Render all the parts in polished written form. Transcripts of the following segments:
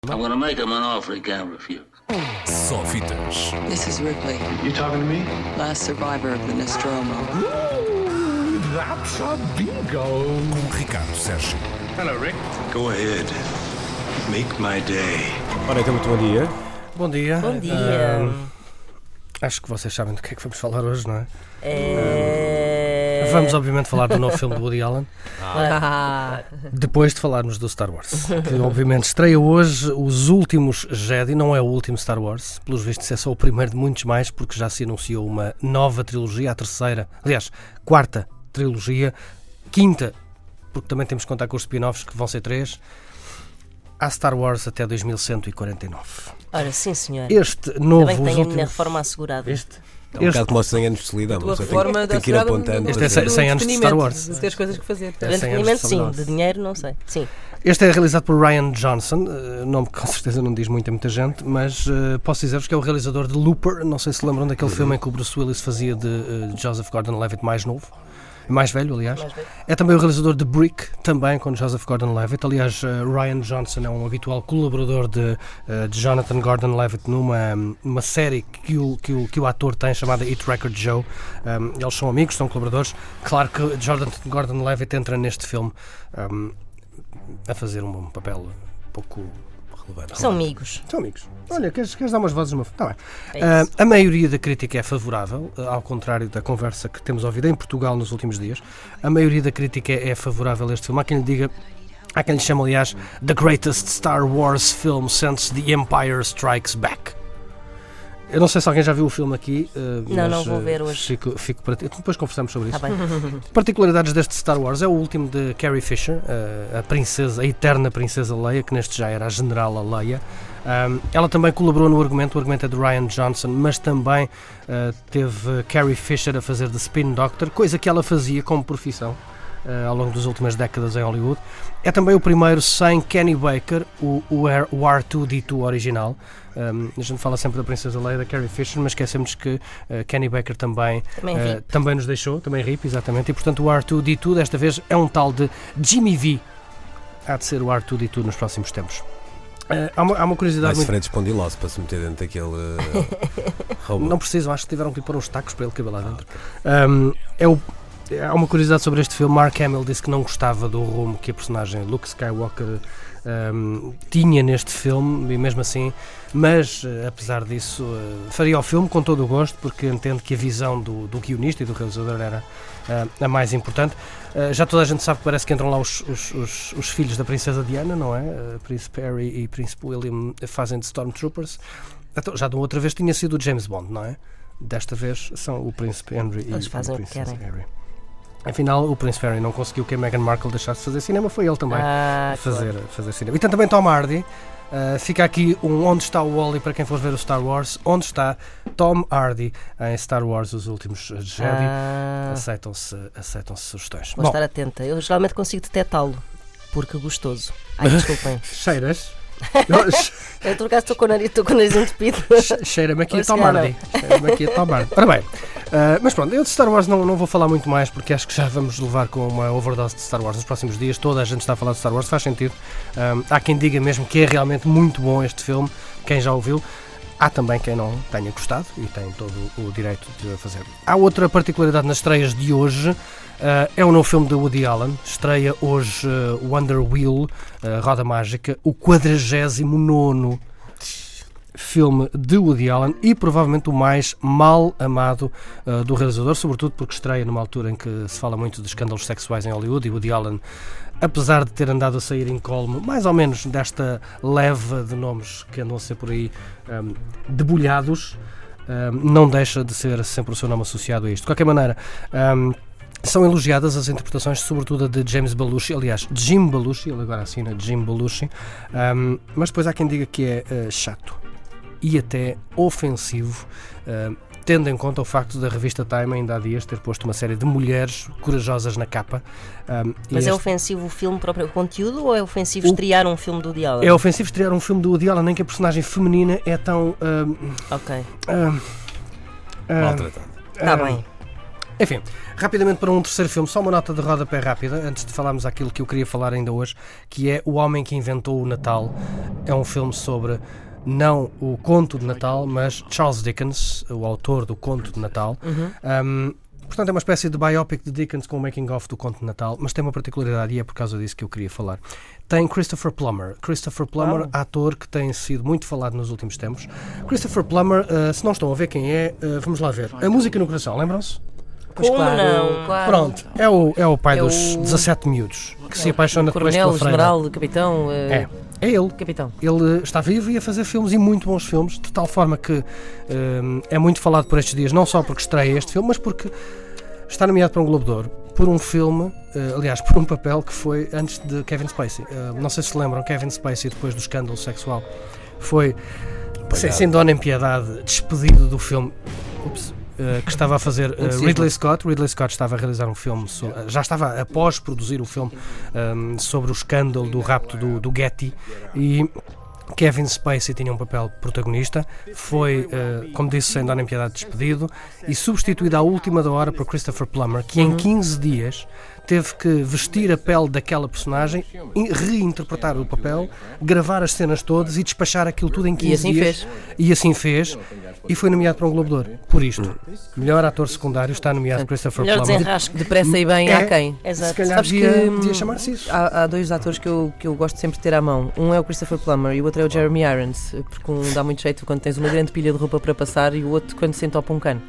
I'm gonna make him an offer he can't refuse. Só fitas. This is Ripley, You talking to me? last survivor of the Nostromo. That's a bingo. Com Ricardo Sérgio. Hello, Rick. Go ahead. Make my day. Ora, então, muito bom dia. Bom dia. Bom dia. Acho que vocês sabem do que é que vamos falar hoje, não é? É... Vamos, obviamente, falar do novo filme do Woody Allen, depois de falarmos do Star Wars, que, obviamente, estreia hoje Os Últimos Jedi. Não é o último Star Wars, pelos vistos é só o primeiro de muitos mais, porque já se anunciou uma nova trilogia, a terceira, aliás, quarta trilogia, quinta, porque também temos que contar com os spin-offs, que vão ser 3, há Star Wars até 2149. Ora, sim, senhor. Este novo... Também Os tenho a minha últimos... reforma assegurada. É um bocado como aos 100 anos de solidão. Tua Você forma tem que ir apontando. Este é 100 anos de Star Wars. De ter coisas que fazer. É De 100 anos entretenimento, de Star sim. Wars. De dinheiro, não sei. Sim. Este é realizado por Rian Johnson, nome que com certeza não diz muita gente, mas posso dizer-vos que é o realizador de Looper. Não sei se lembram daquele filme em que o Bruce Willis fazia de Joseph Gordon-Levitt mais novo. Mais velho, aliás. É também o realizador de Brick, também com Joseph Gordon-Levitt. Aliás, Rian Johnson é um habitual colaborador de Jonathan Gordon-Levitt numa série que o ator tem chamada Hit Record Joe. Eles são amigos, são colaboradores. Claro que Jonathan Gordon-Levitt entra neste filme a fazer um papel um pouco relevante. São amigos. São amigos. Olha, queres dar umas vozes numa... Tá bem. É isso. A maioria da crítica é favorável, ao contrário da conversa que temos ouvido em Portugal nos últimos dias. A maioria da crítica é favorável a este filme. Há quem lhe diga, há quem lhe chame, aliás, The Greatest Star Wars Film Since The Empire Strikes Back. Eu não sei se alguém já viu o filme aqui, não vou ver hoje. Fico para ti. Depois conversamos sobre isso. Está bem. Particularidades deste Star Wars: é o último de Carrie Fisher, a princesa, a eterna princesa Leia, que neste já era a general Leia. Ela também colaborou no argumento. O argumento é de Rian Johnson, mas também teve Carrie Fisher a fazer de Spin Doctor, coisa que ela fazia como profissão ao longo das últimas décadas em Hollywood. É também o primeiro sem Kenny Baker, o R2-D2 original. A gente fala sempre da princesa Leia, da Carrie Fisher, mas esquecemos que Kenny Baker também nos deixou, também RIP, exatamente, e portanto o R2-D2 desta vez é um tal de Jimmy V. Há de ser o R2-D2 nos próximos tempos. Há uma curiosidade Mais frente espondiloso para se meter dentro daquele robô. Não precisam, acho que tiveram que lhe pôr uns tacos para ele caber lá dentro. Há uma curiosidade sobre este filme. Mark Hamill disse que não gostava do rumo que a personagem Luke Skywalker tinha neste filme, e mesmo assim, mas apesar disso faria o filme com todo o gosto, porque entende que a visão do guionista e do realizador era a mais importante. Já toda a gente sabe que parece que entram lá os filhos da princesa Diana, não é? Príncipe Harry e Príncipe William fazem de Stormtroopers. Então, já de outra vez tinha sido o James Bond, não é? Desta vez são o Príncipe Henry e a princesa Harry. Afinal, o Príncipe Harry não conseguiu que a Meghan Markle deixasse de fazer cinema, foi ele também fazer cinema. E também Tom Hardy. Fica aqui onde está o Wally para quem for ver o Star Wars. Onde está Tom Hardy em Star Wars Os Últimos Jedi? Aceitam-se sugestões. Vou estar atenta. Eu geralmente consigo detectá-lo, porque gostoso. Ai, desculpem. Cheiras? Eu por acaso estou com o nariz entupido. Cheira-me aqui a Tom Hardy. Ora bem, mas pronto, eu de Star Wars não vou falar muito mais, porque acho que já vamos levar com uma overdose de Star Wars nos próximos dias. Toda a gente está a falar de Star Wars, faz sentido. Há quem diga mesmo que é realmente muito bom este filme, quem já ouviu. Há também quem não tenha gostado e tem todo o direito de fazer. Há outra particularidade nas estreias de hoje. É um novo filme de Woody Allen. Estreia hoje Wonder Wheel, Roda Mágica, o 49º filme de Woody Allen e provavelmente o mais mal amado do realizador, sobretudo porque estreia numa altura em que se fala muito de escândalos sexuais em Hollywood, e Woody Allen, apesar de ter andado a sair incólume, mais ou menos desta leva de nomes que andam a ser por aí debulhados, não deixa de ser sempre o seu nome associado a isto. De qualquer maneira, são elogiadas as interpretações, sobretudo a de James Belushi, aliás, Jim Belushi, ele agora assina Jim Belushi, mas depois há quem diga que é chato e até ofensivo, tendo em conta o facto da revista Time ainda há dias ter posto uma série de mulheres corajosas na capa. Mas é ofensivo o filme próprio, o conteúdo, ou é ofensivo estrear um filme do Woody Allen? É ofensivo estrear um filme do Woody Allen, nem que a personagem feminina é tão... Ok. maltratada. Está bem. Enfim, rapidamente para um terceiro filme, só uma nota de rodapé rápida, antes de falarmos aquilo que eu queria falar ainda hoje, que é O Homem que Inventou o Natal. É um filme sobre, não o conto de Natal, mas Charles Dickens, o autor do conto de Natal. Portanto, é uma espécie de biopic de Dickens com o making-of do conto de Natal, mas tem uma particularidade e é por causa disso que eu queria falar. Tem Christopher Plummer. Christopher Plummer, ator que tem sido muito falado nos últimos tempos. Christopher Plummer, se não estão a ver quem é, vamos lá ver. A Música no Coração, lembram-se? Como não? Claro. Pronto, é o pai dos 17 miúdos que se apaixona depois Coronel, pela freira. general, capitão. É ele. Capitão. Ele está vivo e a fazer filmes, e muito bons filmes, de tal forma que é muito falado por estes dias, não só porque estreia este filme, mas porque está nomeado para um Globo de Ouro por um filme, aliás, por um papel que foi antes de Kevin Spacey. Não sei se lembram, Kevin Spacey, depois do escândalo sexual, foi, sem dó nem piedade, despedido do filme. Que estava a fazer Ridley Scott. Ridley Scott estava a realizar um filme, já estava após produzir o filme sobre o escândalo do rapto do Getty, e Kevin Spacey tinha um papel protagonista. Foi, como disse, sem dó nem piedade, despedido e substituído à última da hora por Christopher Plummer, que em 15 dias teve que vestir a pele daquela personagem, reinterpretar o papel, gravar as cenas todas e despachar aquilo tudo em 15 dias. E assim fez. E foi nomeado para um Globo de Ouro. Por isto, melhor ator secundário está nomeado Christopher melhor Plummer. desenrasque. Depressa e bem a quem? Exato. Se calhar Sabes devia chamar-se isso. Há dois atores que eu gosto sempre de ter à mão. Um é o Christopher Plummer e o outro é o Jeremy Irons, porque um dá muito jeito quando tens uma grande pilha de roupa para passar e o outro quando se entopa um cano.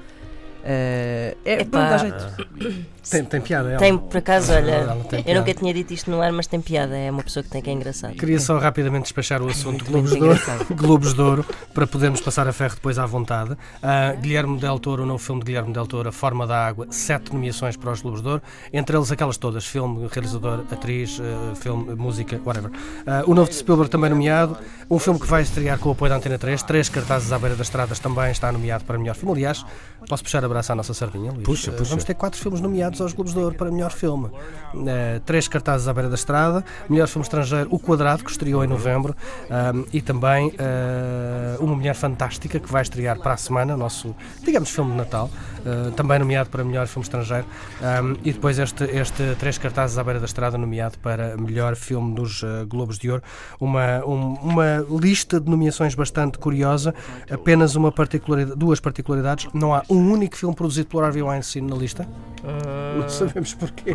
Dá jeito. Tem piada, ela. Tem, por acaso, olha, Ela tem eu piada. nunca tinha dito isto no ar, mas tem piada. É uma pessoa que tem que é engraçado. Queria só rapidamente despachar o assunto Muito Globos de Ouro, engraçado. Globos de Ouro, para podermos passar a ferro depois à vontade. Guilherme Del Toro, o novo filme de Guilherme Del Toro, A Forma da Água, 7 nomeações para os Globos de Ouro, entre eles aquelas todas, filme, realizador, atriz, filme, música, whatever. O novo de Spielberg também nomeado, um filme que vai estrear com o apoio da Antena 3, 3 cartazes à beira das estradas, também está nomeado para melhor filme. Aliás, posso puxar a braça à nossa sardinha, Luís? Puxa. Vamos ter 4 filmes nomeados aos Globos de Ouro para melhor filme. 3 cartazes à beira da estrada, melhor filme estrangeiro, O Quadrado, que estreou em novembro, e também Uma Mulher Fantástica, que vai estrear para a semana, o nosso, digamos, filme de Natal, também nomeado para melhor filme estrangeiro, e depois este 3 cartazes à beira da estrada, nomeado para melhor filme dos Globos de Ouro. Uma lista de nomeações bastante curiosa, apenas duas particularidades: não há um único filme produzido pelo Harvey Weinstein na lista. Não sabemos porquê.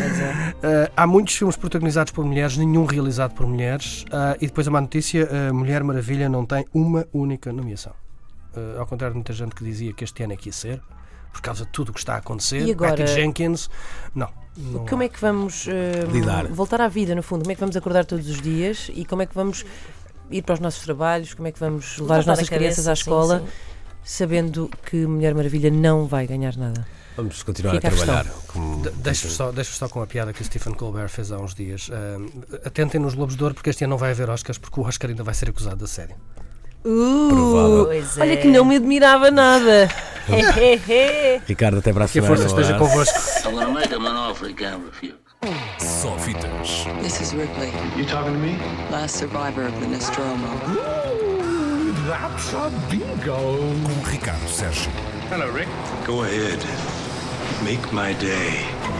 Há muitos filmes protagonizados por mulheres, nenhum realizado por mulheres, e depois a má notícia: Mulher Maravilha não tem uma única nomeação, ao contrário de muita gente que dizia que este ano é que ia ser, por causa de tudo o que está a acontecer. E agora, Patty Jenkins, não como é que vamos voltar à vida, no fundo? Como é que vamos acordar todos os dias e como é que vamos ir para os nossos trabalhos? Como é que vamos levar as nossas crianças à escola, sabendo que Mulher Maravilha não vai ganhar nada? Vamos continuar Fica a trabalhar. Deixo-vos só com a piada que o Stephen Colbert fez há uns dias. Atentem nos Globos de Ouro, porque este ano não vai haver Oscars, porque o Oscar ainda vai ser acusado de assédio. Pois é. Olha que não me admirava nada. Ricardo, até para a Que a semana. força esteja convosco. I'm gonna make him an offer he can't refuse. Só fitas. This is Ripley, You talking to me? last survivor of the Nostromo. That's a bingo. Com Ricardo Sérgio. Hello, Rick. Go ahead. Make my day.